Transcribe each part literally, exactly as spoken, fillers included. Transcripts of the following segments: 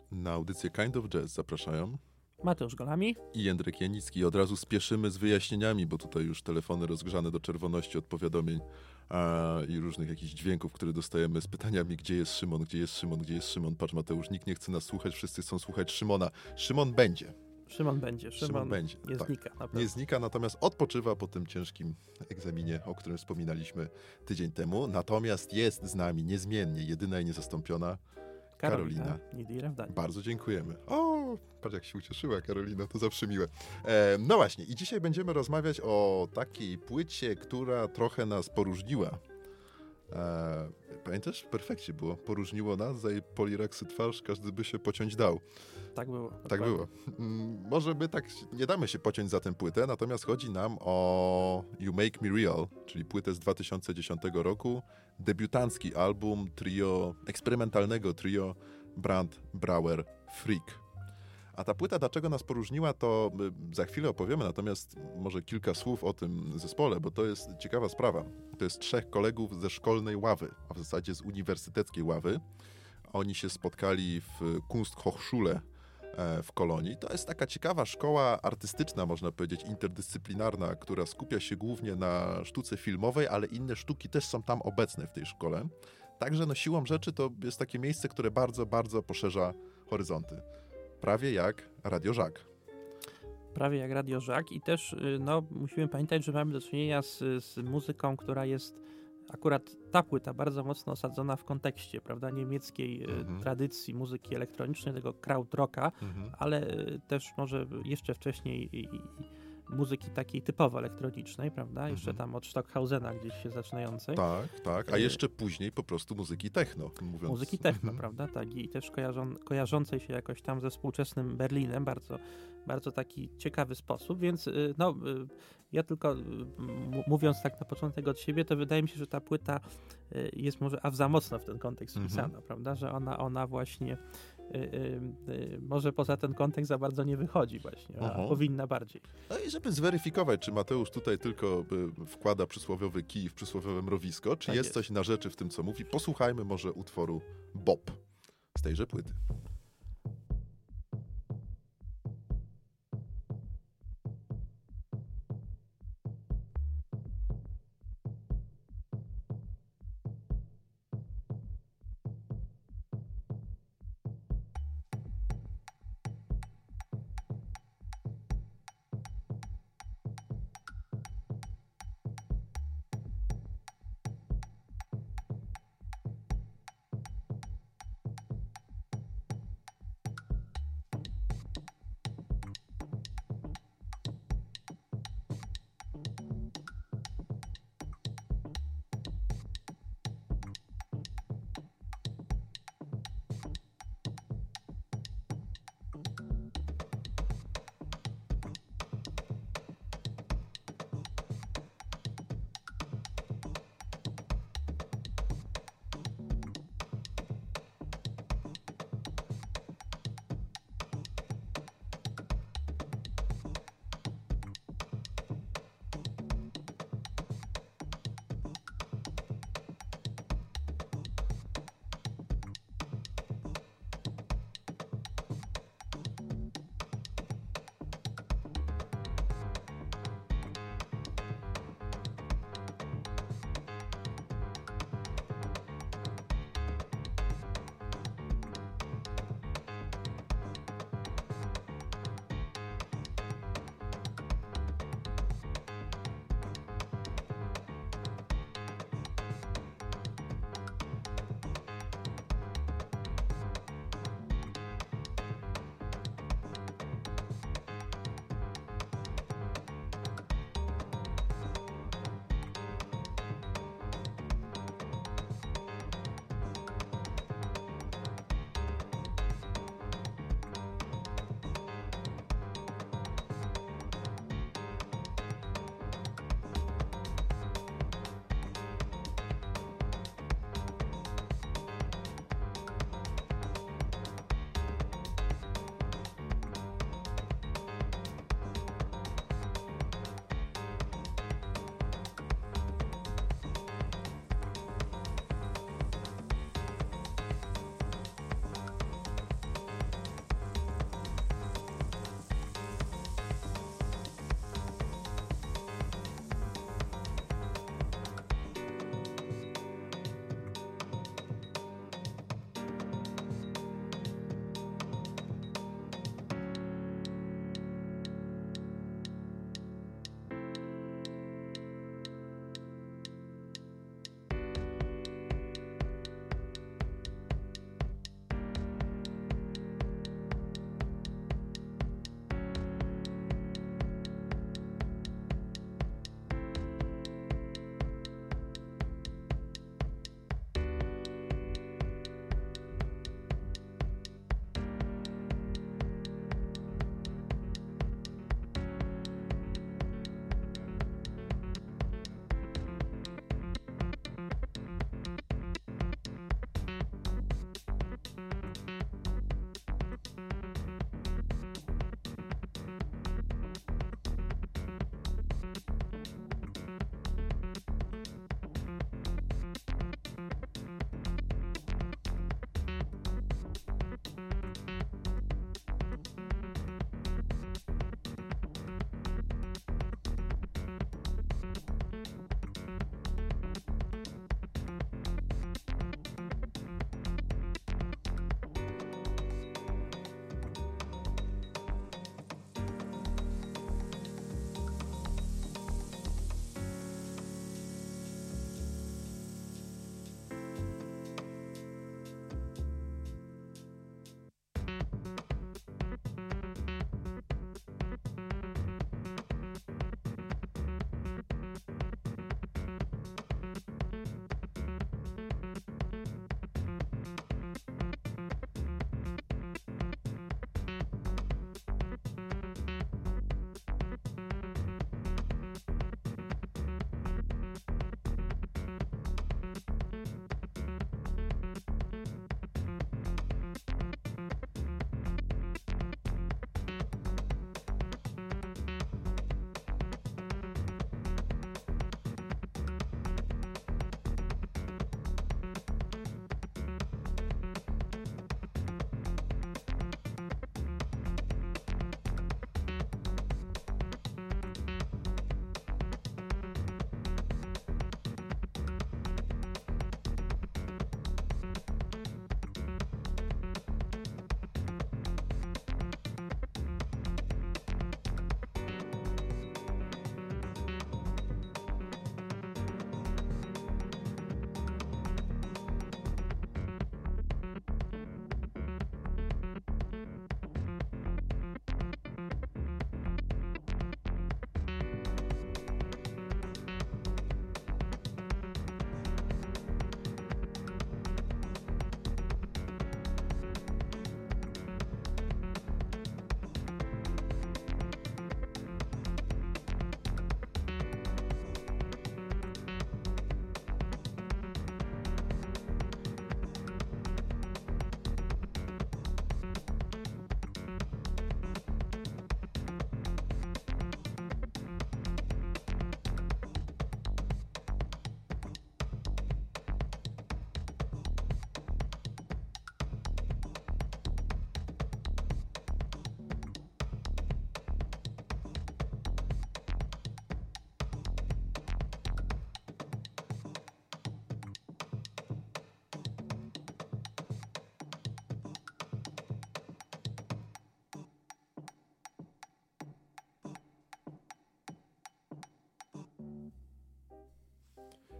Na audycję Kind of Jazz zapraszają Mateusz Golami i Jędrek Janicki. Od razu spieszymy z wyjaśnieniami, bo tutaj już telefony rozgrzane do czerwoności od powiadomień a, i różnych jakichś dźwięków, które dostajemy z pytaniami, gdzie jest Szymon, gdzie jest Szymon, gdzie jest Szymon. Patrz, Mateusz, nikt nie chce nas słuchać, wszyscy chcą słuchać Szymona. Szymon będzie. Szymon będzie. Szymon, Szymon będzie. Nie tak. znika. Nie znika, natomiast odpoczywa po tym ciężkim egzaminie, o którym wspominaliśmy tydzień temu. Natomiast jest z nami niezmiennie, jedyna i niezastąpiona Karolina. Karolina. Bardzo dziękujemy. O, patrz jak się ucieszyła Karolina, to zawsze miłe. E, no właśnie, i dzisiaj będziemy rozmawiać o takiej płycie, która trochę nas poróżniła. E, pamiętasz? W Perfekcie było. Poróżniło nas, za jej polireksy twarz każdy by się pociąć dał. Tak było. Tak dokładnie. było. Mm, może my tak nie damy się pociąć za tę płytę, natomiast chodzi nam o You Make Me Real, czyli płytę z dwa tysiące dziesiątego roku, debiutancki album trio, eksperymentalnego trio Brand Brauer Freak. A ta płyta dlaczego nas poróżniła, to za chwilę opowiemy, natomiast może kilka słów o tym zespole, bo to jest ciekawa sprawa. To jest trzech kolegów ze szkolnej ławy, a w zasadzie z uniwersyteckiej ławy. Oni się spotkali w Kunsthochschule w Kolonii. To jest taka ciekawa szkoła artystyczna, można powiedzieć, interdyscyplinarna, która skupia się głównie na sztuce filmowej, ale inne sztuki też są tam obecne w tej szkole. Także no, siłą rzeczy to jest takie miejsce, które bardzo, bardzo poszerza horyzonty. Prawie jak Radio Żak. Prawie jak Radio Żak i też no, musimy pamiętać, że mamy do czynienia z, z muzyką, która jest akurat ta płyta bardzo mocno osadzona w kontekście, prawda, niemieckiej mm-hmm. tradycji muzyki elektronicznej, tego krautrocka, mm-hmm. ale też może jeszcze wcześniej i, i, muzyki takiej typowo elektronicznej, prawda, jeszcze mm-hmm. tam od Stockhausena gdzieś się zaczynającej. Tak, tak, a jeszcze później po prostu muzyki techno, mówiąc. Muzyki techno, mm-hmm. prawda, tak, i też kojarzą, kojarzącej się jakoś tam ze współczesnym Berlinem, bardzo, bardzo taki ciekawy sposób, więc no, ja tylko mówiąc tak na początek od siebie, to wydaje mi się, że ta płyta jest może aż za mocno w ten kontekst wpisana, mm-hmm. prawda, że ona, ona właśnie y, y, y, może poza ten kontekst za bardzo nie wychodzi właśnie, a uh-huh. powinna bardziej. No i żeby zweryfikować, czy Mateusz tutaj tylko wkłada przysłowiowy kij w przysłowiowe mrowisko, czy tak jest, jest coś na rzeczy w tym, co mówi, posłuchajmy może utworu Bob z tejże płyty.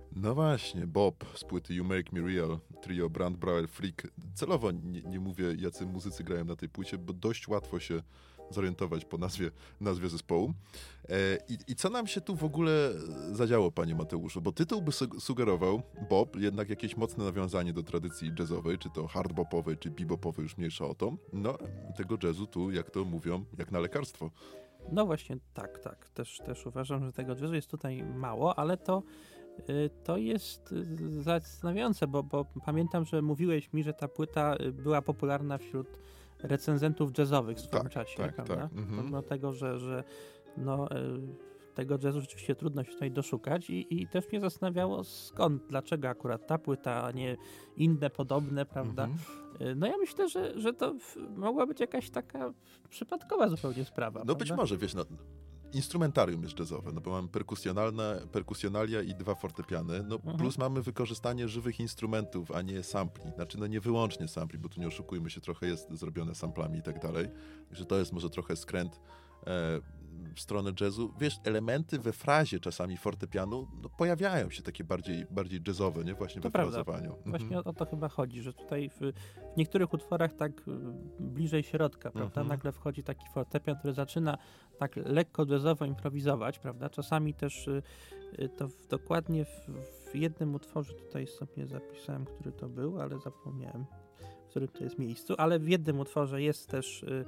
No właśnie, Bob z płyty You Make Me Real, trio Brandbrauer Freak. Celowo nie, nie mówię, jacy muzycy grają na tej płycie, bo dość łatwo się zorientować po nazwie, nazwie zespołu. E, i, I co nam się tu w ogóle zadziało, panie Mateuszu? Bo tytuł by sugerował, Bob, jednak jakieś mocne nawiązanie do tradycji jazzowej, czy to hardbopowej, czy bebopowej, już mniejsza o to. No, tego jazzu tu, jak to mówią, jak na lekarstwo. No właśnie, tak, tak. Też, też uważam, że tego jazzu jest tutaj mało, ale to to jest zastanawiające, bo, bo pamiętam, że mówiłeś mi, że ta płyta była popularna wśród recenzentów jazzowych w swoim tak, czasie, tak, prawda? Tak. Mhm. Pomimo tego, że, że no, tego jazzu rzeczywiście trudno się tutaj doszukać i, i też mnie zastanawiało, skąd, dlaczego akurat ta płyta, a nie inne podobne, prawda? Mhm. No ja myślę, że, że to mogła być jakaś taka przypadkowa zupełnie sprawa. No prawda? być może, wiesz, no, instrumentarium jest jazzowe, no bo mamy perkusjonalne, perkusjonalia i dwa fortepiany, no mhm. plus mamy wykorzystanie żywych instrumentów, a nie sampli. Znaczy, no nie wyłącznie sampli, bo tu nie oszukujmy się, trochę jest zrobione samplami i tak dalej. Także to jest może trochę skręt e, w stronę jazzu. Wiesz, elementy we frazie czasami fortepianu no, pojawiają się takie bardziej, bardziej jazzowe, nie? Właśnie to we prawda. frazowaniu. Właśnie mhm. o, o to chyba chodzi, że tutaj w, w niektórych utworach tak bliżej środka, prawda? Mhm. Nagle wchodzi taki fortepian, który zaczyna tak lekko jazzowo improwizować, prawda? Czasami też y, to w, dokładnie w, w jednym utworze, tutaj sobie zapisałem, który to był, ale zapomniałem, w którym to jest miejscu, ale w jednym utworze jest też y,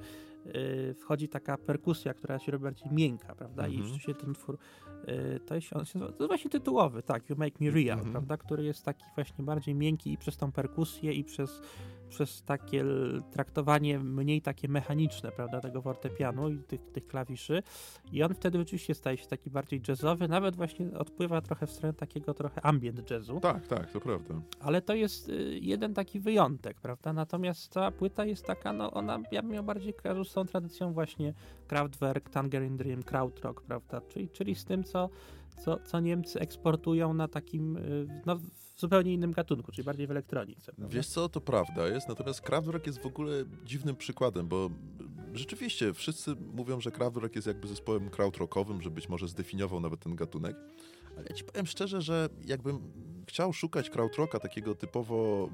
y, wchodzi taka perkusja, która się robi bardziej miękka, prawda? Mhm. I rzeczywiście ten utwór y, to jest, on się, to jest właśnie tytułowy, tak, You Make Me Real, mhm. prawda? Który jest taki właśnie bardziej miękki i przez tą perkusję i przez przez takie traktowanie mniej takie mechaniczne, prawda, tego fortepianu i tych, tych klawiszy. I on wtedy rzeczywiście staje się taki bardziej jazzowy, nawet właśnie odpływa trochę w stronę takiego trochę ambient jazzu. Tak, tak, to prawda. Ale to jest y, jeden taki wyjątek, prawda, natomiast ta płyta jest taka, no ona, ja bym ją bardziej kojarzył z tą tradycją właśnie Kraftwerk, Tangerine Dream, Krautrock, prawda, czyli, czyli z tym, co Co, co Niemcy eksportują na takim, no, w zupełnie innym gatunku, czyli bardziej w elektronice. Prawda? Wiesz co, to prawda jest, natomiast Kraftwerk jest w ogóle dziwnym przykładem, bo rzeczywiście wszyscy mówią, że Kraftwerk jest jakby zespołem krautrockowym, że być może zdefiniował nawet ten gatunek, ale ja ci powiem szczerze, że jakbym chciał szukać krautrocka, takiego typowo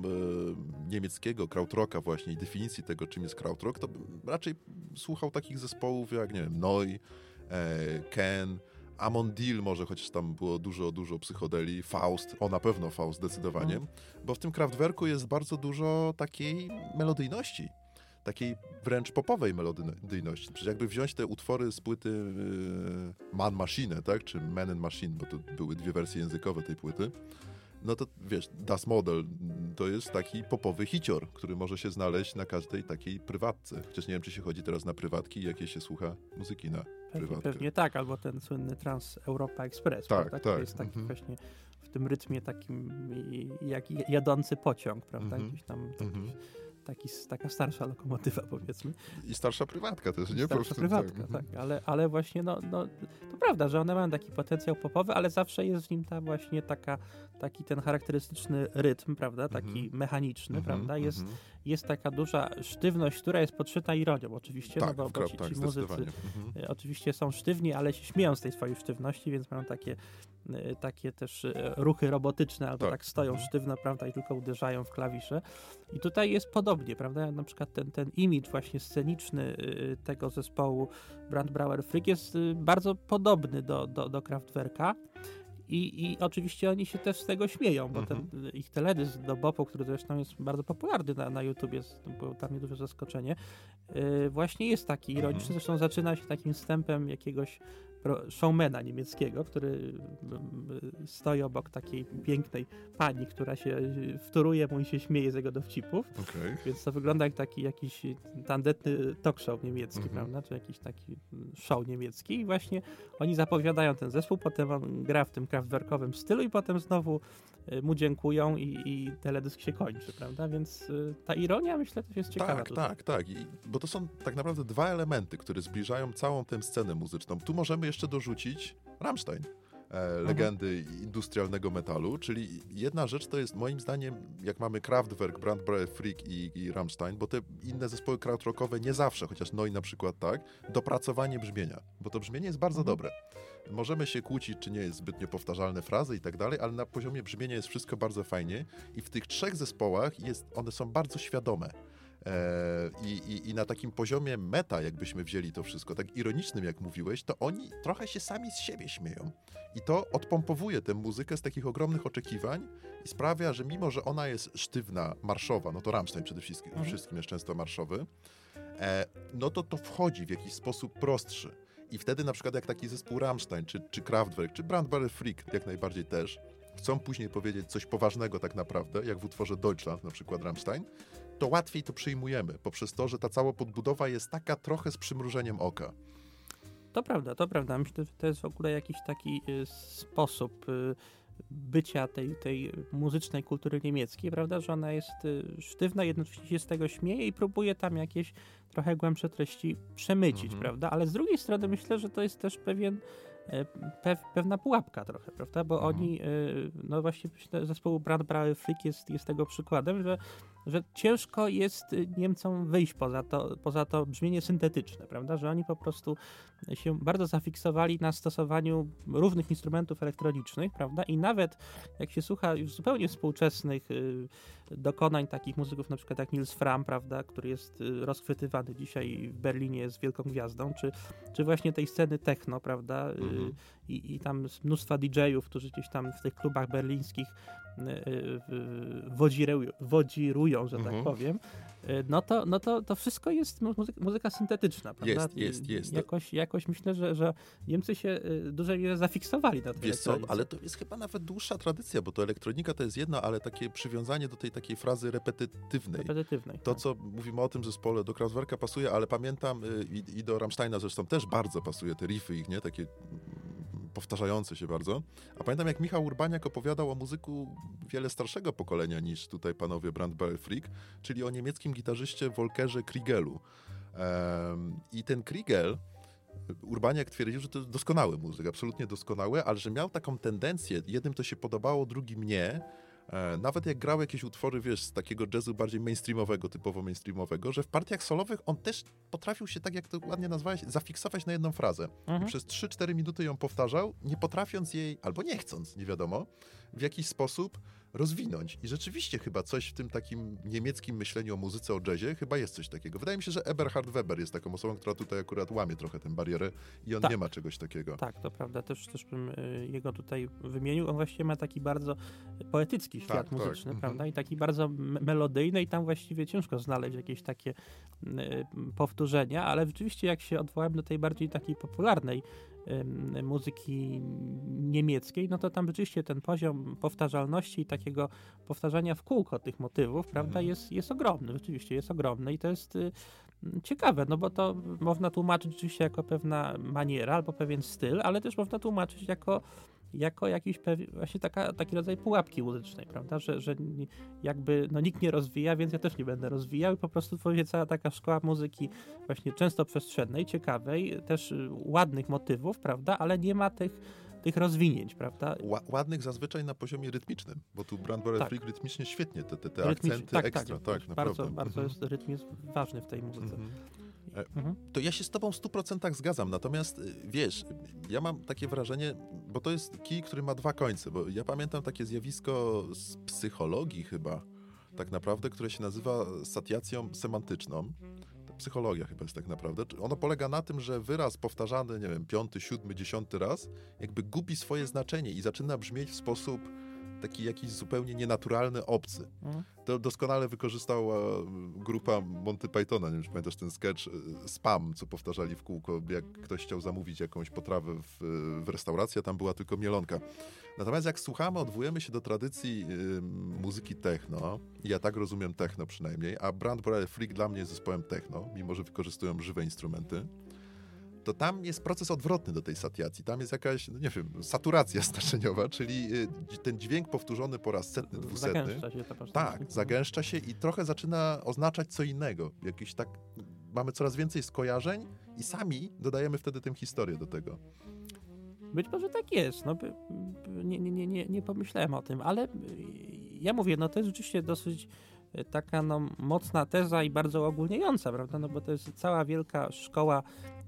e, niemieckiego krautrocka właśnie i definicji tego, czym jest krautrock, to bym raczej słuchał takich zespołów jak, nie wiem, Neu, e, Ken, Amondil może, chociaż tam było dużo, dużo psychodelii, Faust, o na pewno Faust zdecydowanie, mm. bo w tym Kraftwerku jest bardzo dużo takiej melodyjności, takiej wręcz popowej melodyjności. Przecież jakby wziąć te utwory z płyty yy, Man Machine, tak, czy Man and Machine, bo to były dwie wersje językowe tej płyty, no to wiesz, Das Model to jest taki popowy hicior, który może się znaleźć na każdej takiej prywatce. Chociaż nie wiem, czy się chodzi teraz na prywatki, jakie się słucha muzyki na prywatkę. Pewnie, pewnie tak, albo ten słynny Trans Europa Express, tak, tak, tak. To jest taki mhm. właśnie w tym rytmie takim jak jadący pociąg, prawda? Mhm. Gdzieś tam taki, mhm. taki, taka starsza lokomotywa, powiedzmy. I starsza prywatka też, nie? Starsza prywatka, tak, ale, ale właśnie no, no, to prawda, że one mają taki potencjał popowy, ale zawsze jest w nim ta właśnie taka, taki ten charakterystyczny rytm, prawda, taki mm-hmm. mechaniczny, mm-hmm. prawda, jest, mm-hmm. jest taka duża sztywność, która jest podszyta ironią, oczywiście, tak, no bo, bo ci, tak, ci muzycy mm-hmm. oczywiście są sztywni, ale się śmieją z tej swojej sztywności, więc mają takie, takie też ruchy robotyczne, albo tak, tak stoją mm-hmm. sztywno, prawda, i tylko uderzają w klawisze. I tutaj jest podobnie, prawda, na przykład ten, ten imidż właśnie sceniczny tego zespołu Brandbrauer Freak jest bardzo podobny do, do, do Kraftwerka. I, I oczywiście oni się też z tego śmieją, bo ten mm-hmm. ich teledysk do Bopu, który zresztą jest bardzo popularny na, na YouTubie, było tam nieduże zaskoczenie, yy, właśnie jest taki ironiczny, mm-hmm. zresztą zaczyna się takim wstępem jakiegoś showmana niemieckiego, który stoi obok takiej pięknej pani, która się wtóruje mu i się śmieje z jego dowcipów. Okay. Więc to wygląda jak taki jakiś tandetny talk show niemiecki, mm-hmm. prawda? Czy jakiś taki show niemiecki. I właśnie oni zapowiadają ten zespół, potem on gra w tym kraftwerkowym stylu i potem znowu mu dziękują i, i teledysk się kończy, prawda? Więc y, ta ironia, myślę, też jest ciekawa. Tak, tutaj. tak, tak. I, bo to są tak naprawdę dwa elementy, które zbliżają całą tę scenę muzyczną. Tu możemy jeszcze dorzucić Rammstein. e, legendy mhm. industrialnego metalu, czyli jedna rzecz to jest moim zdaniem, jak mamy Kraftwerk, Brandbrauer Freak i, i Rammstein, bo te inne zespoły krautrockowe nie zawsze, chociaż Neu na przykład tak, dopracowanie brzmienia, bo to brzmienie jest bardzo mhm. dobre. Możemy się kłócić, czy nie jest zbytnio powtarzalne frazy i tak dalej, ale na poziomie brzmienia jest wszystko bardzo fajnie i w tych trzech zespołach jest, one są bardzo świadome. I, i, I na takim poziomie meta, jakbyśmy wzięli to wszystko, tak ironicznym jak mówiłeś, to oni trochę się sami z siebie śmieją. I to odpompowuje tę muzykę z takich ogromnych oczekiwań i sprawia, że mimo, że ona jest sztywna, marszowa, no to Rammstein przede wszystkim, mhm. wszystkim jest często marszowy, e, no to to wchodzi w jakiś sposób prostszy. I wtedy na przykład jak taki zespół Rammstein, czy, czy Kraftwerk, czy Brandbrauer Freak jak najbardziej też, chcą później powiedzieć coś poważnego tak naprawdę, jak w utworze Deutschland, na przykład Rammstein, to łatwiej to przyjmujemy, poprzez to, że ta cała podbudowa jest taka trochę z przymrużeniem oka. To prawda, to prawda. Myślę, że to jest w ogóle jakiś taki y, sposób y, bycia tej, tej muzycznej kultury niemieckiej, prawda, że ona jest y, sztywna, jednocześnie się z tego śmieje i próbuje tam jakieś trochę głębsze treści przemycić, mm-hmm. prawda, ale z drugiej strony myślę, że to jest też pewien Pe- pewna pułapka trochę, prawda, bo mhm. oni, no właśnie zespół Brandbrauer Freak jest, jest tego przykładem, że, że ciężko jest Niemcom wyjść poza to, poza to brzmienie syntetyczne, prawda, że oni po prostu się bardzo zafiksowali na stosowaniu różnych instrumentów elektronicznych, prawda, i nawet jak się słucha już zupełnie współczesnych y, dokonań takich muzyków, na przykład jak Nils Fram, prawda, który jest y, rozchwytywany dzisiaj w Berlinie, jest wielką gwiazdą, czy, czy właśnie tej sceny techno, prawda, y, I, i tam mnóstwa didżejów, którzy gdzieś tam w tych klubach berlińskich y, y, wodzirują, wodzirują, że mhm. tak powiem, y, no, to, no to, to wszystko jest muzyka, muzyka syntetyczna, prawda? Jest, jest, jest. Jakoś, jakoś myślę, że, że Niemcy się y, dużej mierze zafiksowali na tej Wiesz co, ale to jest chyba nawet dłuższa tradycja, bo to elektronika to jest jedno, ale takie przywiązanie do tej takiej frazy repetytywnej. Repetytywnej. To, co mówimy o tym zespole, do Kraftwerka pasuje, ale pamiętam y, i, i do Rammsteina zresztą też bardzo pasuje, te riffy ich, nie? Takie powtarzające się bardzo. A pamiętam, jak Michał Urbaniak opowiadał o muzyku wiele starszego pokolenia niż tutaj panowie Brandbrauer Freak, czyli o niemieckim gitarzyście Volkerze Kriegelu. Um, I ten Kriegel, Urbaniak twierdził, że to jest doskonały muzyk, absolutnie doskonały, ale że miał taką tendencję, jednym to się podobało, drugim nie. E, nawet jak grał jakieś utwory, wiesz, z takiego jazzu bardziej mainstreamowego, typowo mainstreamowego, że w partiach solowych on też potrafił się, tak jak to ładnie nazwałeś, zafiksować na jedną frazę. Mhm. I przez trzy cztery minuty ją powtarzał, nie potrafiąc jej, albo nie chcąc, nie wiadomo, w jakiś sposób rozwinąć. I rzeczywiście chyba coś w tym takim niemieckim myśleniu o muzyce, o jazzie, chyba jest coś takiego. Wydaje mi się, że Eberhard Weber jest taką osobą, która tutaj akurat łamie trochę tę barierę i on tak. nie ma czegoś takiego. Tak, to prawda. Też, też bym jego tutaj wymienił. On właściwie ma taki bardzo poetycki świat tak, muzyczny, tak. prawda? I taki bardzo melodyjny i tam właściwie ciężko znaleźć jakieś takie powtórzenia, ale rzeczywiście jak się odwołałem do tej bardziej takiej popularnej muzyki niemieckiej, no to tam rzeczywiście ten poziom powtarzalności i takiego powtarzania w kółko tych motywów, prawda, jest, jest ogromny, rzeczywiście jest ogromny i to jest y, ciekawe, no bo to można tłumaczyć rzeczywiście jako pewna maniera albo pewien styl, ale też można tłumaczyć jako jako jakiś pew- właśnie taka, taki rodzaj pułapki muzycznej, prawda, że, że jakby no, nikt nie rozwija, więc ja też nie będę rozwijał i po prostu tworzy cała taka szkoła muzyki właśnie często przestrzennej, ciekawej, też ładnych motywów, prawda, ale nie ma tych, tych rozwinięć, prawda. Ła- ładnych zazwyczaj na poziomie rytmicznym, bo tu Brandbrauer tak. Freak rytmicznie świetnie, te, te, te akcenty tak, ekstra, tak, tak, naprawdę. Bardzo, bardzo mhm. jest, rytm jest ważny w tej muzyce. Mhm. Mhm. To ja się z tobą w stu procentach zgadzam, natomiast wiesz, ja mam takie wrażenie, bo to jest kij, który ma dwa końce, bo ja pamiętam takie zjawisko z psychologii chyba, tak naprawdę, które się nazywa satiacją semantyczną. To psychologia chyba jest tak naprawdę. Ono polega na tym, że wyraz powtarzany, nie wiem, piąty, siódmy, dziesiąty raz, jakby gubi swoje znaczenie i zaczyna brzmieć w sposób taki jakiś zupełnie nienaturalny, obcy. Mhm. To doskonale wykorzystała grupa Monty Pythona, nie wiem, czy pamiętasz ten sketch Spam, co powtarzali w kółko, jak ktoś chciał zamówić jakąś potrawę w, w restauracji, a tam była tylko mielonka. Natomiast jak słuchamy, odwołujemy się do tradycji y, muzyki techno, ja tak rozumiem techno przynajmniej, a Brandbrauer Freak dla mnie jest zespołem techno, mimo że wykorzystują żywe instrumenty, to tam jest proces odwrotny do tej satiacji. Tam jest jakaś, no nie wiem, saturacja znaczeniowa, czyli y, ten dźwięk powtórzony po raz setny, dwusetny. Zagęszcza się to tak, zagęszcza się i trochę zaczyna oznaczać co innego. Jakiś tak, mamy coraz więcej skojarzeń i sami dodajemy wtedy tę historię do tego. Być może tak jest, no by, by, nie, nie, nie, nie pomyślałem o tym, ale ja mówię, no to jest rzeczywiście dosyć taka no, mocna teza i bardzo ogólniająca, prawda, no bo to jest cała wielka szkoła,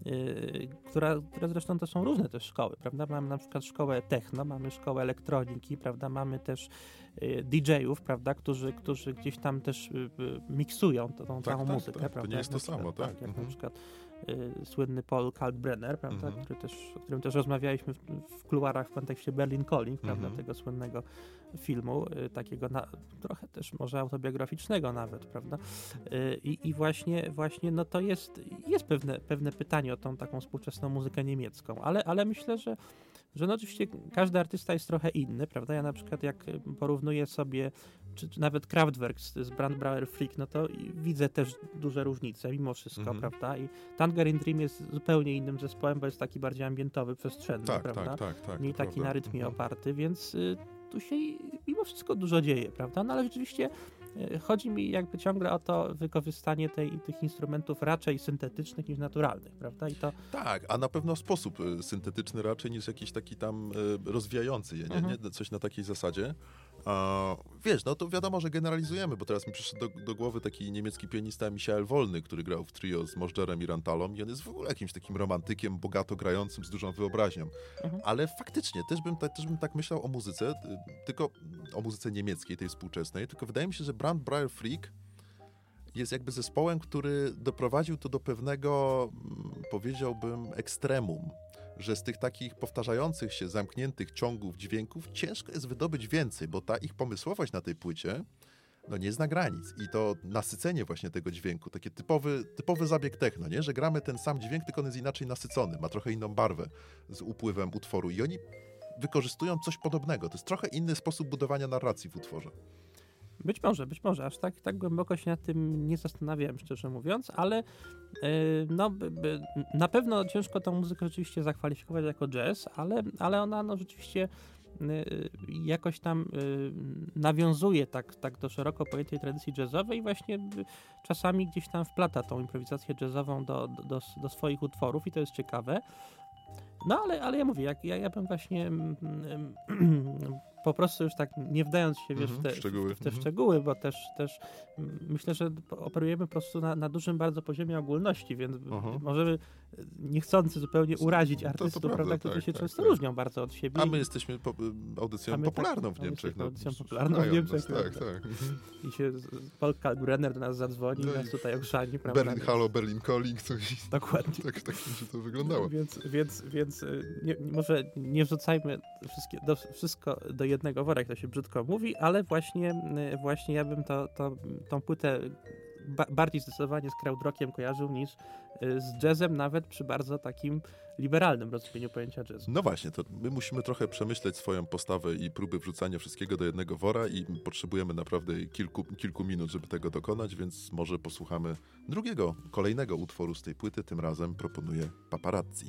yy, która, które zresztą to są różne też szkoły, prawda, mamy na przykład szkołę techno, mamy szkołę elektroniki, prawda, mamy też yy, D J-ów, prawda, którzy, którzy gdzieś tam też yy, miksują tą, tą tak, całą tak, muzykę, tak. prawda. To nie jest to przykład, samo, tak. tak jak mhm. na przykład y, słynny Paul Kalkbrenner, prawda, Mhm. który też, o którym też rozmawialiśmy w, w kuluarach w kontekście Berlin Calling, prawda, Mhm. tego słynnego filmu, y, takiego na, trochę też może autobiograficznego nawet, prawda. Y, I i właśnie, właśnie no to jest, jest pewne, pewne pytanie o tą taką współczesną muzykę niemiecką, ale, ale myślę, że że no oczywiście każdy artysta jest trochę inny, prawda? Ja na przykład jak porównuję sobie, czy, czy nawet Kraftwerk z, z Brandbrauer Flick, no to widzę też duże różnice mimo wszystko, Mhm. prawda? I Tangerine Dream jest zupełnie innym zespołem, bo jest taki bardziej ambientowy, przestrzenny, Tak, prawda? tak, tak, tak. Mniej to taki prawda. na rytmie Mhm. oparty, więc y, tu się mimo wszystko dużo dzieje, prawda? No ale rzeczywiście y, chodzi mi jakby ciągle o to wykorzystanie tej, tych instrumentów raczej syntetycznych niż naturalnych, prawda? I to Tak, a na pewno sposób y, syntetyczny raczej niż jakiś taki tam y, rozwijający je, nie? Mhm. nie? Coś na takiej zasadzie. A, wiesz, no to wiadomo, że generalizujemy, bo teraz mi przyszedł do, do głowy taki niemiecki pianista Michael Wolny, który grał w trio z Możdżerem i Rantalą i on jest w ogóle jakimś takim romantykiem, bogato grającym, z dużą wyobraźnią. Mhm. Ale faktycznie, też bym, ta, też bym tak myślał o muzyce, y, tylko o muzyce niemieckiej, tej współczesnej, tylko wydaje mi się, że Brandbrauer Flick jest jakby zespołem, który doprowadził to do pewnego, mm, powiedziałbym, ekstremum, że z tych takich powtarzających się, zamkniętych ciągów dźwięków ciężko jest wydobyć więcej, bo ta ich pomysłowość na tej płycie no nie zna granic i to nasycenie właśnie tego dźwięku, taki typowy, typowy zabieg techno, nie? Że gramy ten sam dźwięk, tylko on jest inaczej nasycony, ma trochę inną barwę z upływem utworu i oni wykorzystują coś podobnego. To jest trochę inny sposób budowania narracji w utworze. być może, być może, aż tak, tak głęboko się nad tym nie zastanawiałem, szczerze mówiąc, ale yy, no, by, by, na pewno ciężko tą muzykę rzeczywiście zakwalifikować jako jazz, ale, ale ona no, rzeczywiście yy, jakoś tam yy, nawiązuje tak, tak do szeroko pojętej tradycji jazzowej i właśnie yy, czasami gdzieś tam wplata tą improwizację jazzową do, do, do, do swoich utworów i to jest ciekawe. No ale, ale ja mówię, jak, ja, ja bym właśnie mm, mm, po prostu już tak nie wdając się wiesz, Mhm, w te, szczegóły. w, w te Mhm. szczegóły, bo też, też mm, myślę, że operujemy po prostu na, na dużym bardzo poziomie ogólności, więc Aha. możemy e, niechcący zupełnie urazić To- to artystów, prawda, prawda, którzy tak, się tak, często tak. różnią bardzo od siebie. A i- my jesteśmy po, audycją A my popularną tak- w a my Niemczech. jesteśmy No, audycją słuchają popularną w Niemczech, nas, tak, prawda. tak. Mhm. I się z- z- Paul Kalkbrenner do nas zadzwoni No i i nas tutaj ogrzani, prawda? Berlin Halo, Berlin Calling, coś. Dokładnie. Tak, tak będzie to wyglądało. Więc, więc, więc y, nie, nie- może nie wrzucajmy wszystkie, do, wszystko do jednego wora, jak to się brzydko mówi, ale właśnie, y, właśnie ja bym to, to, tą płytę ba- bardziej zdecydowanie z krautrockiem kojarzył niż y, z jazzem, nawet przy bardzo takim liberalnym rozumieniu pojęcia jazzu. No właśnie, to my musimy trochę przemyśleć swoją postawę i próby wrzucania wszystkiego do jednego wora i potrzebujemy naprawdę kilku, kilku minut, żeby tego dokonać, więc może posłuchamy drugiego, kolejnego utworu z tej płyty, tym razem proponuję Paparazzi.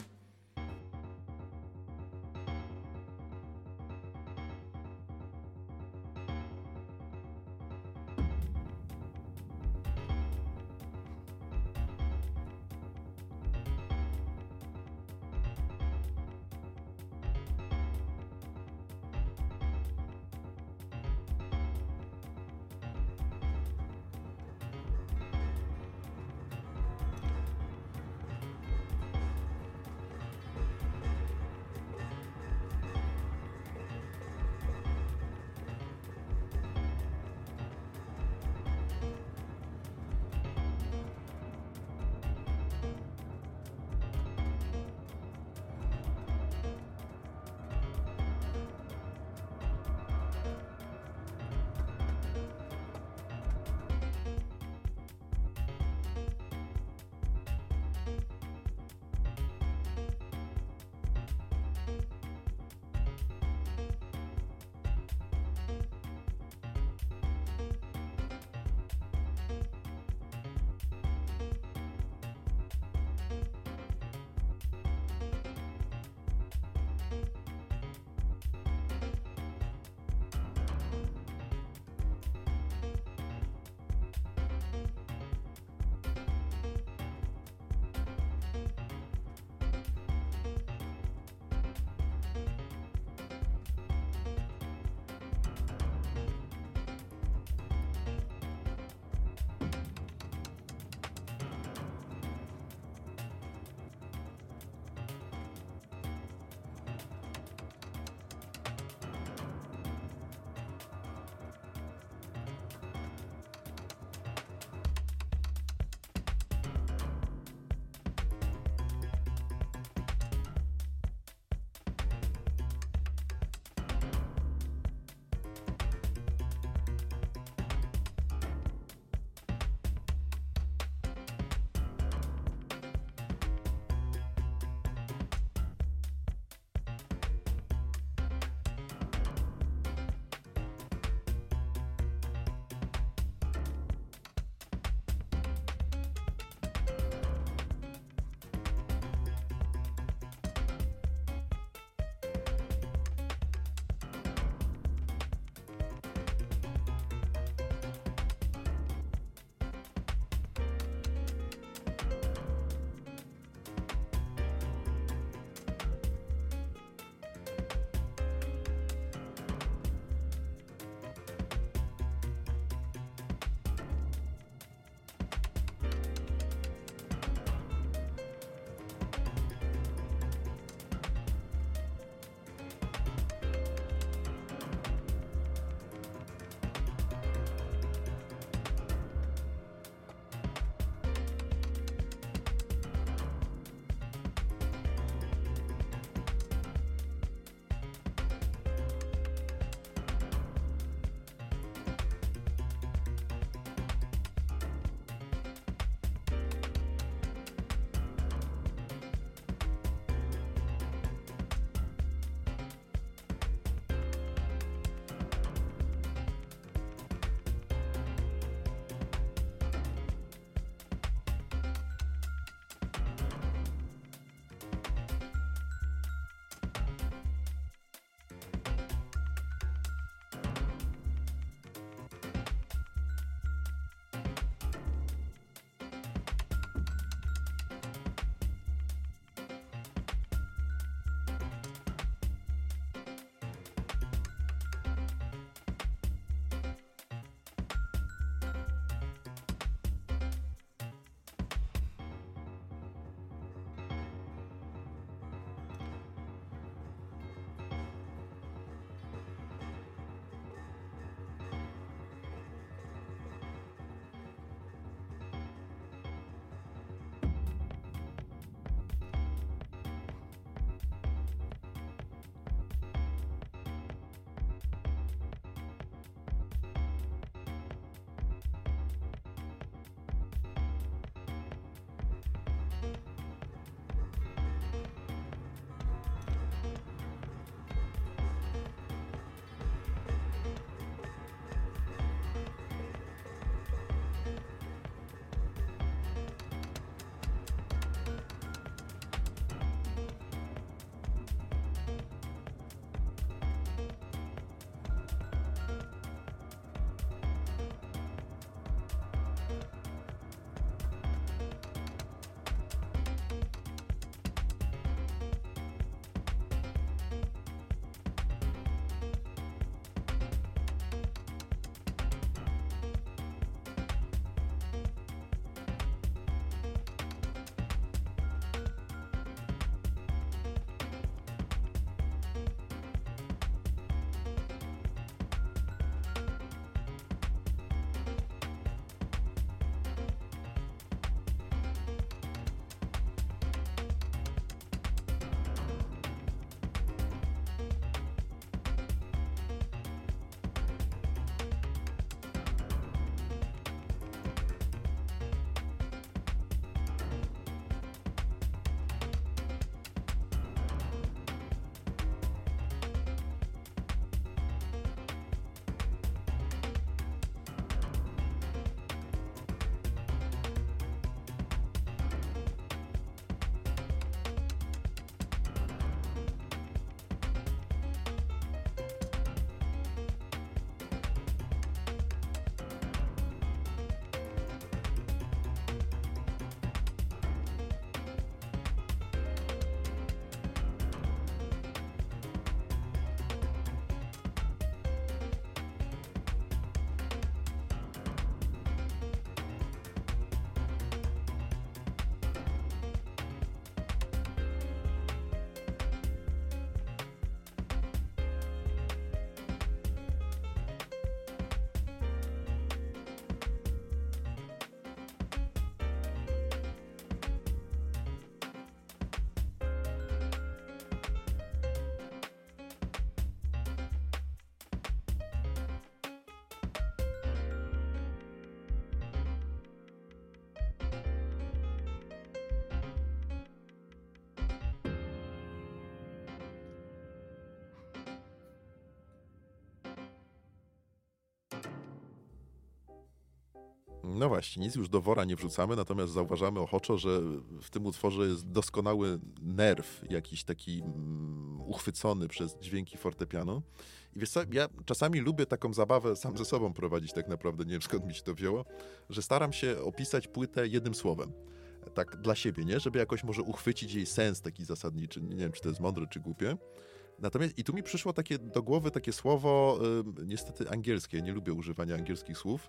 No właśnie, nic już do wora nie wrzucamy, natomiast zauważamy ochoczo, że w tym utworze jest doskonały nerw, jakiś taki um, uchwycony przez dźwięki fortepianu. I wiesz co, ja czasami lubię taką zabawę sam ze sobą prowadzić tak naprawdę, nie wiem skąd mi się to wzięło, że staram się opisać płytę jednym słowem. Tak dla siebie, nie? Żeby jakoś może uchwycić jej sens taki zasadniczy. Nie wiem, czy to jest mądre, czy głupie. Natomiast i tu mi przyszło takie do głowy takie słowo, y, niestety angielskie, nie lubię używania angielskich słów,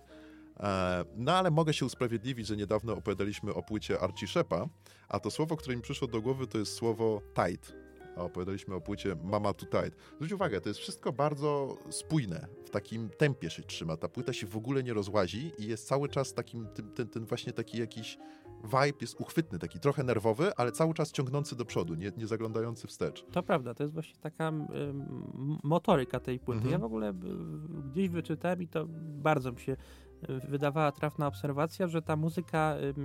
e, no ale mogę się usprawiedliwić, że niedawno opowiadaliśmy o płycie Archie Shepa, a to słowo, które mi przyszło do głowy, to jest słowo tight. A opowiadaliśmy o płycie Mama Too Tight. Zwróć uwagę, to jest wszystko bardzo spójne, w takim tempie się trzyma. Ta płyta się w ogóle nie rozłazi i jest cały czas takim, ten, ten, ten właśnie taki jakiś vibe jest uchwytny, taki trochę nerwowy, ale cały czas ciągnący do przodu, nie, nie zaglądający wstecz. To prawda, to jest właśnie taka y, motoryka tej płyty. Mhm. Ja w ogóle y, gdzieś wyczytałem i to bardzo mi się wydawała trafna obserwacja, że ta muzyka y,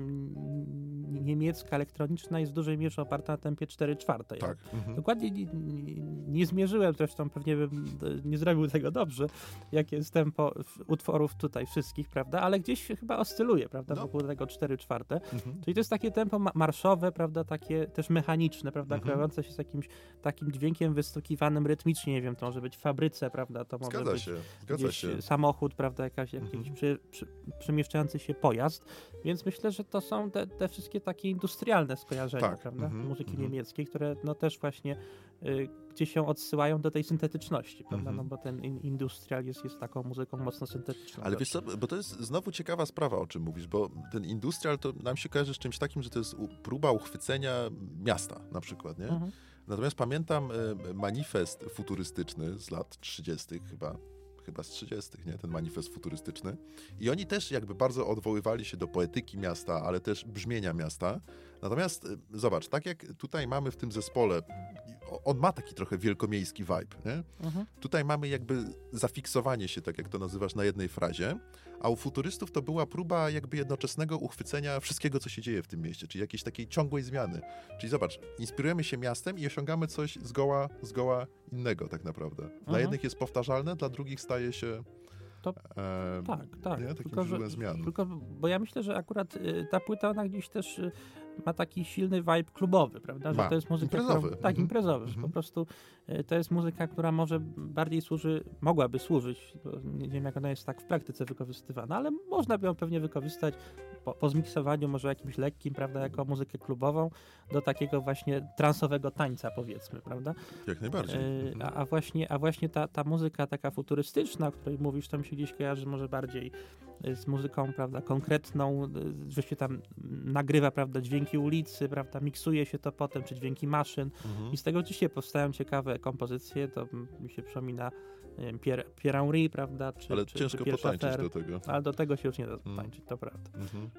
niemiecka, elektroniczna jest w dużej mierze oparta na tempie cztery czwarte. Tak. Mhm. Dokładnie nie, nie, nie zmierzyłem, zresztą pewnie bym nie zrobił tego dobrze, jakie jest tempo utworów tutaj wszystkich, prawda, ale gdzieś chyba oscyluje, prawda, no. wokół tego cztery czwarte. Mhm. Czyli to jest takie tempo marszowe, prawda, takie też mechaniczne, prawda, mhm. kojarzące się z jakimś takim dźwiękiem wystukiwanym rytmicznie, nie wiem, to może być w fabryce, prawda, to może zgadza być się, zgadza się. samochód, prawda, jakaś, jakiś mhm. przy, przy, przemieszczający się pojazd, więc myślę, że to są te, te wszystkie takie industrialne skojarzenia, tak. prawda, mhm. muzyki mhm. niemieckiej, które no też właśnie y, gdzie się odsyłają do tej syntetyczności, prawda, mhm. no bo ten in, industrial jest, jest taką muzyką mocno syntetyczną. Ale wiesz co, bo to jest znowu ciekawa sprawa, o czym mówisz, bo ten industrial to nam się kojarzy z czymś takim, że to jest próba uchwycenia miasta na przykład, nie? Mhm. Natomiast pamiętam y, manifest futurystyczny z lat trzydziestych chyba, chyba z trzydziestych, nie? Ten manifest futurystyczny. I oni też jakby bardzo odwoływali się do poetyki miasta, ale też brzmienia miasta. Natomiast zobacz, tak jak tutaj mamy w tym zespole, on ma taki trochę wielkomiejski vibe, nie? Mhm. Tutaj mamy jakby zafiksowanie się, tak jak to nazywasz, na jednej frazie, a u futurystów to była próba jakby jednoczesnego uchwycenia wszystkiego, co się dzieje w tym mieście, czyli jakiejś takiej ciągłej zmiany. Czyli zobacz, inspirujemy się miastem i osiągamy coś zgoła, zgoła innego tak naprawdę. Dla mhm. jednych jest powtarzalne, dla drugich staje się to, e, tak, tak. Nie? Takim tylko, źródłem zmian. Tylko, bo ja myślę, że akurat y, ta płyta, ona gdzieś też y, ma taki silny vibe klubowy, prawda? Że ma. to jest muzyka, imprezowy. Która, tak, mhm. imprezowy. Mhm. Po prostu y, to jest muzyka, która może bardziej służy, mogłaby służyć, bo nie wiem jak ona jest tak w praktyce wykorzystywana, ale można by ją pewnie wykorzystać po, po zmiksowaniu może jakimś lekkim, prawda, jako muzykę klubową do takiego właśnie transowego tańca, powiedzmy, prawda? Jak najbardziej. Y, mhm. a, a właśnie, a właśnie ta, ta muzyka taka futurystyczna, o której mówisz, to mi się gdzieś kojarzy może bardziej z muzyką, prawda, konkretną, że się tam nagrywa, prawda, dźwięki ulicy, prawda, miksuje się to potem, czy dźwięki maszyn mhm. i z tego oczywiście powstają ciekawe kompozycje, to mi się przypomina nie wiem, Pierre, Pierre Henry, prawda, czy ale czy, ciężko czy potańczyć do tego. Ale do tego się już nie da potańczyć, to prawda. Mhm.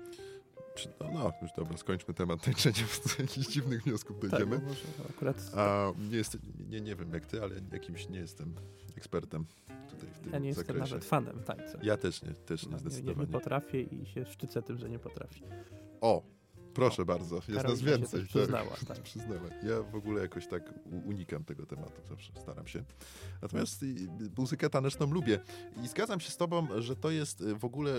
No, no, już dobra, skończmy temat tańczenia, do jakichś dziwnych wniosków dojdziemy. Tak, może akurat... A, nie, jest, nie, nie wiem jak ty, ale jakimś nie jestem ekspertem tutaj w tym Ja nie zakresie. jestem nawet fanem tańca. Ja też nie, też nie, no, zdecydowanie. Nie, nie potrafię i się szczycę tym, że nie potrafię. O, proszę o, bardzo, jest Karolina nas więcej. Się przyznała, tak. tak. Przyznała. Ja w ogóle jakoś tak unikam tego tematu, zawsze staram się. Natomiast muzykę taneczną lubię i zgadzam się z tobą, że to jest w ogóle,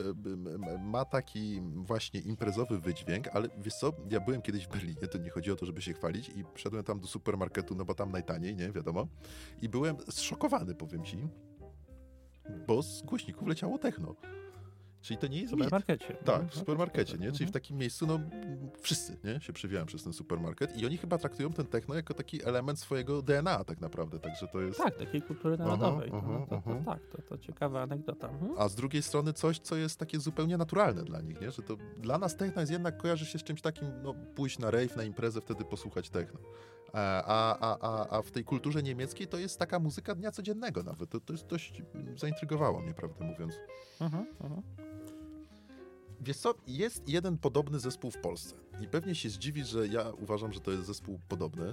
ma taki właśnie imprezowy wydźwięk, ale wiesz co, ja byłem kiedyś w Berlinie, to nie chodzi o to, żeby się chwalić i wszedłem tam do supermarketu, no bo tam najtaniej, nie, wiadomo, i byłem zszokowany, powiem ci, bo z głośników leciało techno. Czyli to nie jest w supermarkecie. Mit. Tak, w supermarkecie, nie? Czyli w takim miejscu, no wszyscy, nie? Się przewijają przez ten supermarket i oni chyba traktują ten techno jako taki element swojego D N A tak naprawdę, także to jest... Tak, takiej kultury narodowej. Aha, aha, no, to, to, to, tak, to, to ciekawa anegdota. Hmm? A z drugiej strony coś, co jest takie zupełnie naturalne dla nich, nie? Że to dla nas techno jest jednak, kojarzy się z czymś takim, no pójść na rave, na imprezę, wtedy posłuchać techno. A, a, a, a w tej kulturze niemieckiej to jest taka muzyka dnia codziennego nawet. To, to jest dość zaintrygowało mnie, prawdę mówiąc. Aha, aha. Wiesz co, jest jeden podobny zespół w Polsce i pewnie się zdziwisz, że ja uważam, że to jest zespół podobny,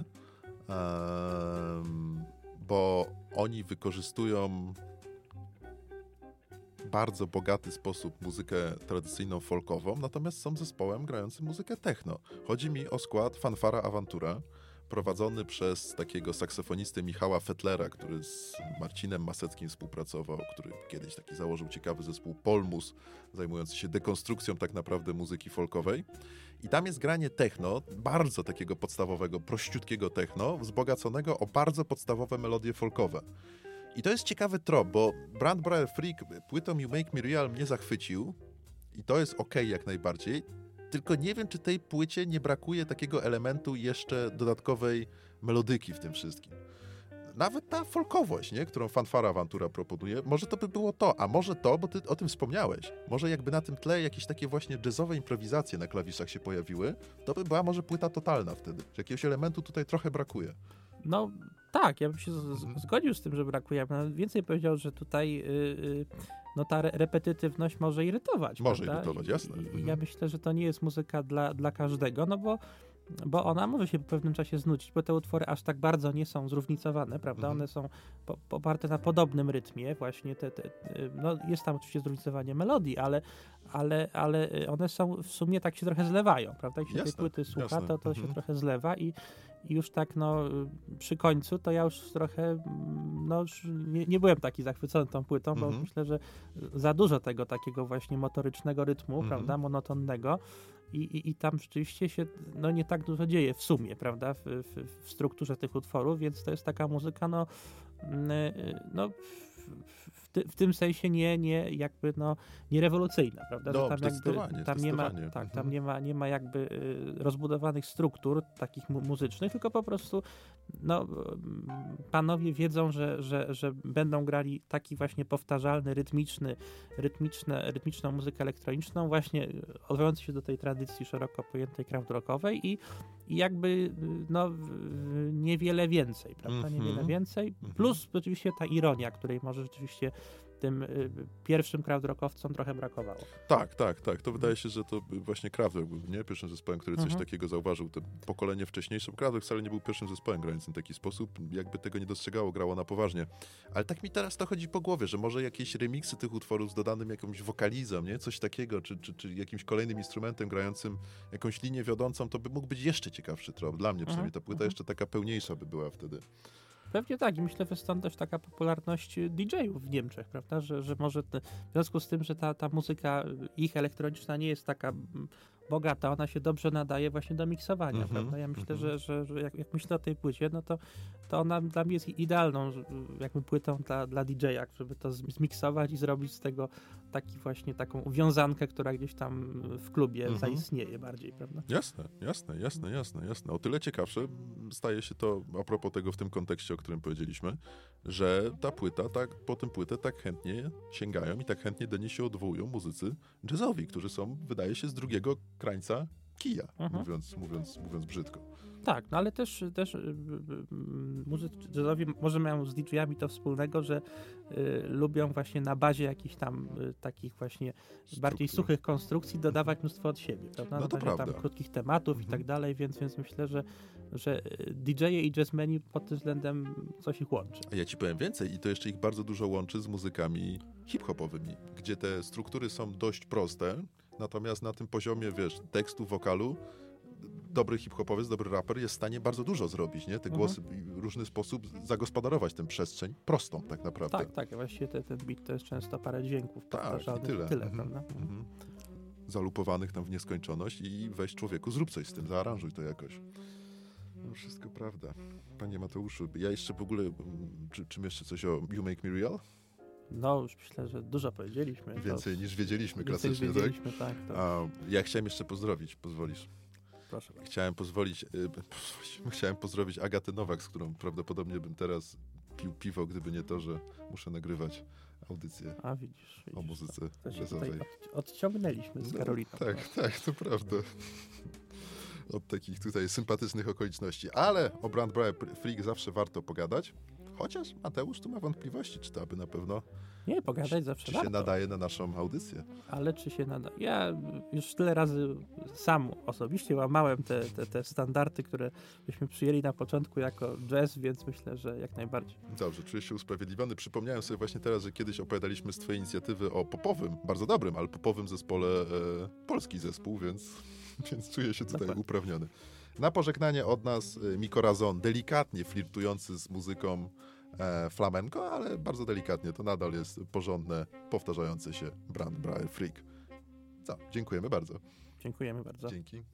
um, bo oni wykorzystują w bardzo bogaty sposób muzykę tradycyjną folkową, natomiast są zespołem grającym muzykę techno. Chodzi mi o skład Fanfara Awantura. prowadzony przez takiego saksofonistę Michała Fettlera, który z Marcinem Maseckim współpracował, który kiedyś taki założył ciekawy zespół Polmus, zajmujący się dekonstrukcją tak naprawdę muzyki folkowej. I tam jest granie techno, bardzo takiego podstawowego, prościutkiego techno, wzbogaconego o bardzo podstawowe melodie folkowe. I to jest ciekawy trop, bo Brandbriar Freak płytą You Make Me Real mnie zachwycił i to jest okej jak najbardziej, tylko nie wiem, czy tej płycie nie brakuje takiego elementu jeszcze dodatkowej melodyki w tym wszystkim. Nawet ta folkowość, nie? Którą Fanfara Awantura proponuje, może to by było to, a może to, bo ty o tym wspomniałeś, może jakby na tym tle jakieś takie właśnie jazzowe improwizacje na klawiszach się pojawiły, to by była może płyta totalna wtedy, że jakiegoś elementu tutaj trochę brakuje. No tak, ja bym się z- z- zgodził z tym, że brakuje. Nawet więcej powiedział, że tutaj yy, yy, no ta re- repetytywność może irytować. Może prawda? irytować, jasne. I, Mhm. i ja myślę, że to nie jest muzyka dla, dla każdego, no bo, bo ona może się po pewnym czasie znudzić, bo te utwory aż tak bardzo nie są zróżnicowane, prawda? Mhm. One są po, poparte na podobnym rytmie, właśnie te, te, te, no jest tam oczywiście zróżnicowanie melodii, ale, ale, ale one są w sumie tak się trochę zlewają, prawda? Jak się Jasne, tej płyty słucha, jasne. to, to się Mhm. trochę zlewa i I już tak, no, przy końcu to ja już trochę, no, już nie, nie byłem taki zachwycony tą płytą, bo Mhm. myślę, że za dużo tego takiego właśnie motorycznego rytmu, Mhm. prawda, monotonnego i, i, i tam rzeczywiście się, no, nie tak dużo dzieje w sumie, prawda, w, w, w strukturze tych utworów, więc to jest taka muzyka, no, no, w, ty, w tym sensie nie, nie jakby, no, nierewolucyjna, prawda, No, że tam jakby, zdecydowanie, tam nie ma, zdecydowanie. tak, tam Mhm. nie ma, nie ma jakby y, rozbudowanych struktur takich mu- muzycznych, tylko po prostu, no, mm, panowie wiedzą, że, że, że będą grali taki właśnie powtarzalny, rytmiczny, rytmiczne, rytmiczną muzykę elektroniczną, właśnie odwołujący się do tej tradycji szeroko pojętej krautrockowej i, i jakby, y, no, w- niewiele więcej, prawda, Mhm. niewiele więcej, Mhm. plus oczywiście ta ironia, której może rzeczywiście tym y, pierwszym krautrockowcom trochę brakowało. Tak, tak, tak. To wydaje się, że to właśnie Kraftwerk był, nie? Pierwszym zespołem, który coś Mhm. takiego zauważył. To pokolenie wcześniejsze. Kraftwerk wcale nie był pierwszym zespołem grającym w taki sposób. Jakby tego nie dostrzegało, grało na poważnie. Ale tak mi teraz to chodzi po głowie, że może jakieś remiksy tych utworów z dodanym jakąś wokalizą, nie? Coś takiego, czy, czy, czy jakimś kolejnym instrumentem grającym jakąś linię wiodącą, to by mógł być jeszcze ciekawszy trop. Dla mnie przynajmniej ta płyta Mhm. jeszcze taka pełniejsza by była wtedy. Pewnie tak i myślę, że stąd też taka popularność D J-ów w Niemczech, prawda, że, że może te, w związku z tym, że ta, ta muzyka ich elektroniczna nie jest taka mm, bogata, ona się dobrze nadaje właśnie do miksowania, Mhm, prawda, ja myślę, mhm. że, że, że jak, jak myślę o tej płycie, no to, to ona dla mnie jest idealną że- jakby płytą dla, dla D J-a, żeby to z- zmiksować i zrobić z tego taki właśnie taką wiązankę, która gdzieś tam w klubie Mhm. zaistnieje bardziej, prawda. Jasne, jasne, jasne, jasne, jasne. O tyle ciekawsze staje się to, a propos tego w tym kontekście, o którym powiedzieliśmy, że ta płyta, tak, po tę płytę tak chętnie sięgają i tak chętnie do niej się odwołują muzycy jazzowi, którzy są, wydaje się, z drugiego krańca kija, Mhm. mówiąc, mówiąc, mówiąc brzydko. Tak, no ale też, też y, y, y, muzycy jazzowi może mają z D J-ami to wspólnego, że y, lubią właśnie na bazie jakichś tam y, takich właśnie bardziej Struktur. suchych konstrukcji dodawać mnóstwo od siebie, prawda? No Na to bazie prawda. tam krótkich tematów i Mhm. tak dalej, więc, więc myślę, że, że y, D J-e i jazzmeni pod tym względem coś ich łączy. A ja ci powiem więcej i to jeszcze ich bardzo dużo łączy z muzykami hip-hopowymi, gdzie te struktury są dość proste, natomiast na tym poziomie, wiesz, tekstu, wokalu, dobry hip-hopowiec, dobry raper jest w stanie bardzo dużo zrobić, nie? Te Mhm. głosy w różny sposób zagospodarować tę przestrzeń prostą tak naprawdę. Tak, tak, właściwie te, ten beat to jest często parę dźwięków Tak, i powtarzanych, tyle. tyle Mhm, prawda? mhm. Zalupowanych tam w nieskończoność i weź człowieku, zrób coś z tym, zaaranżuj to jakoś. No wszystko prawda. Panie Mateuszu, ja jeszcze w ogóle, mm, czy, czym jeszcze coś o You Make Me Real? No już myślę, że dużo powiedzieliśmy. To Więcej niż wiedzieliśmy więcej klasycznie, tak? wiedzieliśmy, tak? to, A, ja chciałem jeszcze pozdrowić, pozwolisz. proszę bardzo. Chciałem pozwolić, y, pozwolić, chciałem pozdrowić Agatę Nowak, z którą prawdopodobnie bym teraz pił piwo, gdyby nie to, że muszę nagrywać audycję A widzisz, widzisz o muzyce to się jazzowej. tutaj od, odciągnęliśmy z No, Karoliną. Tak, tak, to prawda. Od takich tutaj sympatycznych okoliczności. Ale o Brandbriar Freak zawsze warto pogadać. Chociaż Mateusz tu ma wątpliwości, czy to aby na pewno Nie, pogadać zawsze czy się warto, nadaje na naszą audycję. ale czy się nada? Ja już tyle razy sam osobiście łamałem te, te, te standardy, które byśmy przyjęli na początku jako jazz, więc myślę, że jak najbardziej. Dobrze, czuję się usprawiedliwiony. Przypomniałem sobie właśnie teraz, że kiedyś opowiadaliśmy z twojej inicjatywy o popowym, bardzo dobrym, ale popowym zespole, e, polski zespół, więc, więc czuję się tutaj Dokładnie. uprawniony. Na pożegnanie od nas Miko Razon, delikatnie flirtujący z muzyką e, flamenco, ale bardzo delikatnie. To nadal jest porządne, powtarzające się Brand Brauer Freak. Co? Dziękujemy bardzo. Dziękujemy bardzo. Dzięki.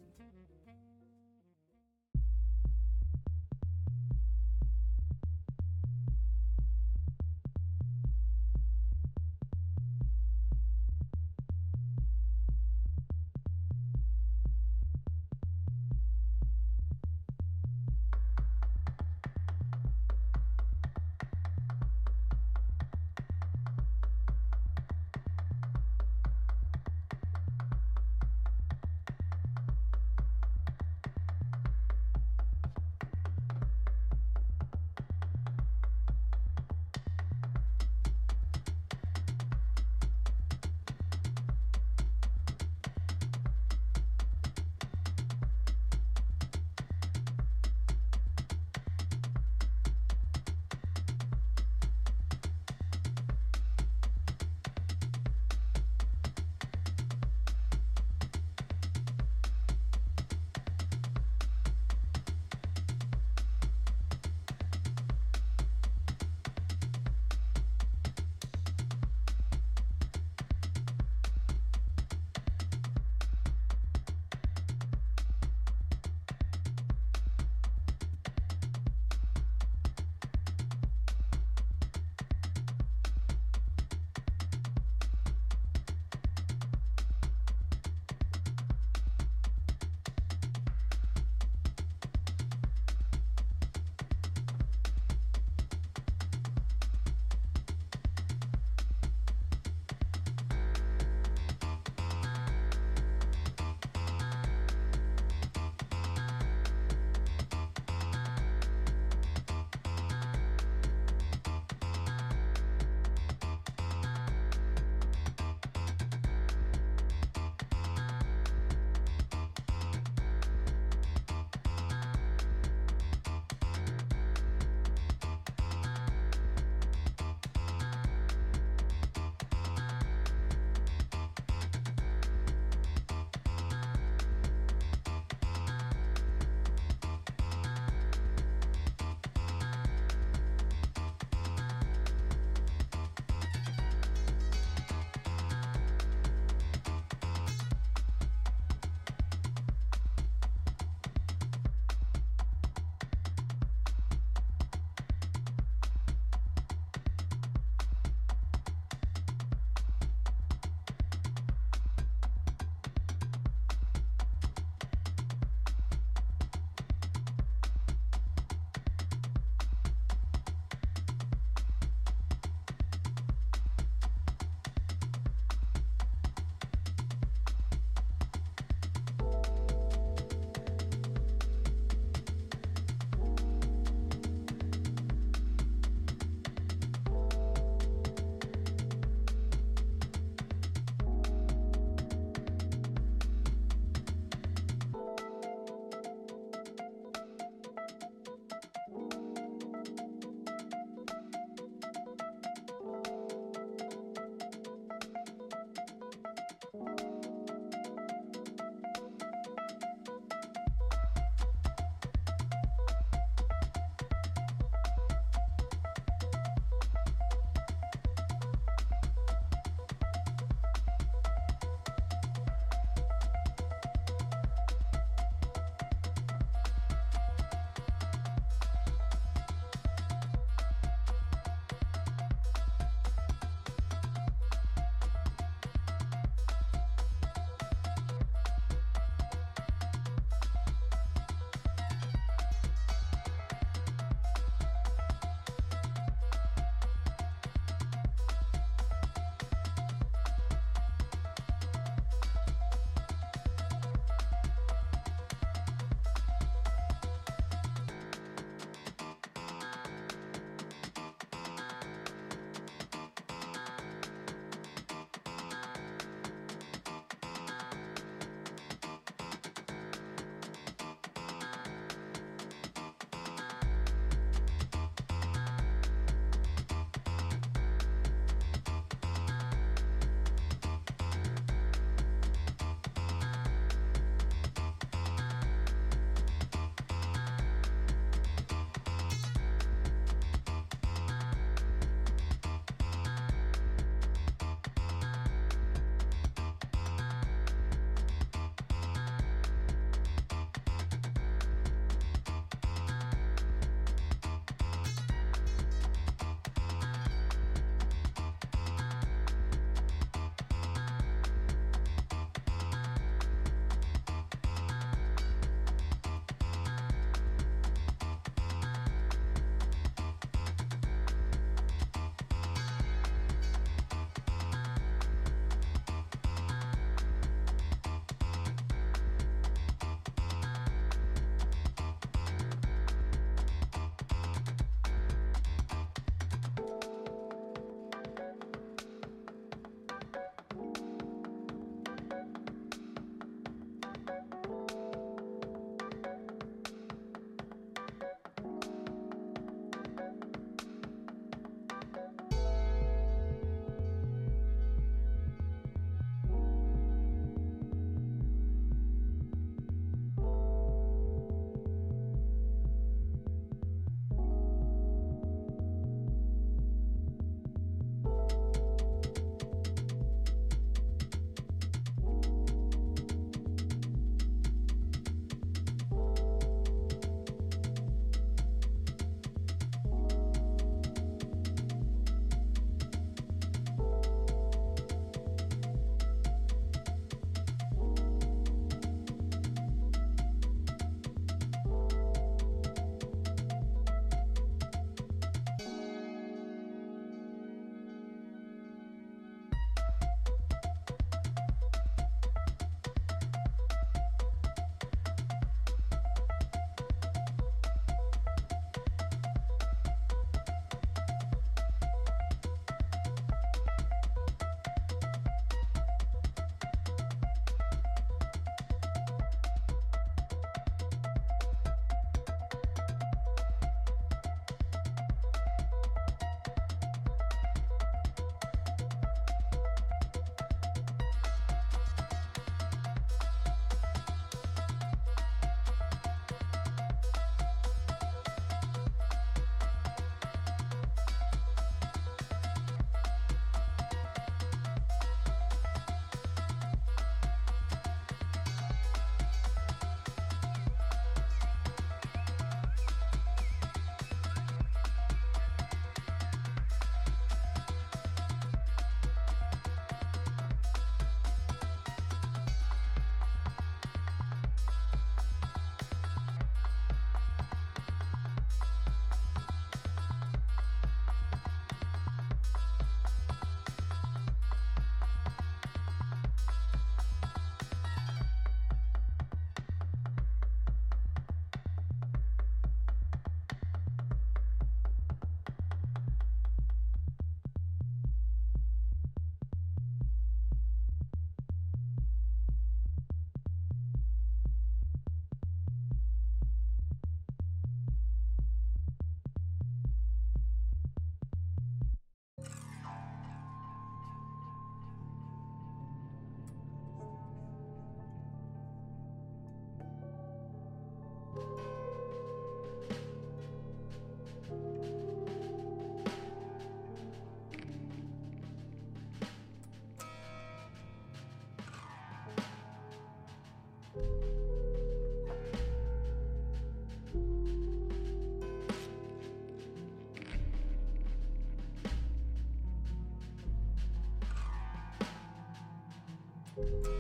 Cześć.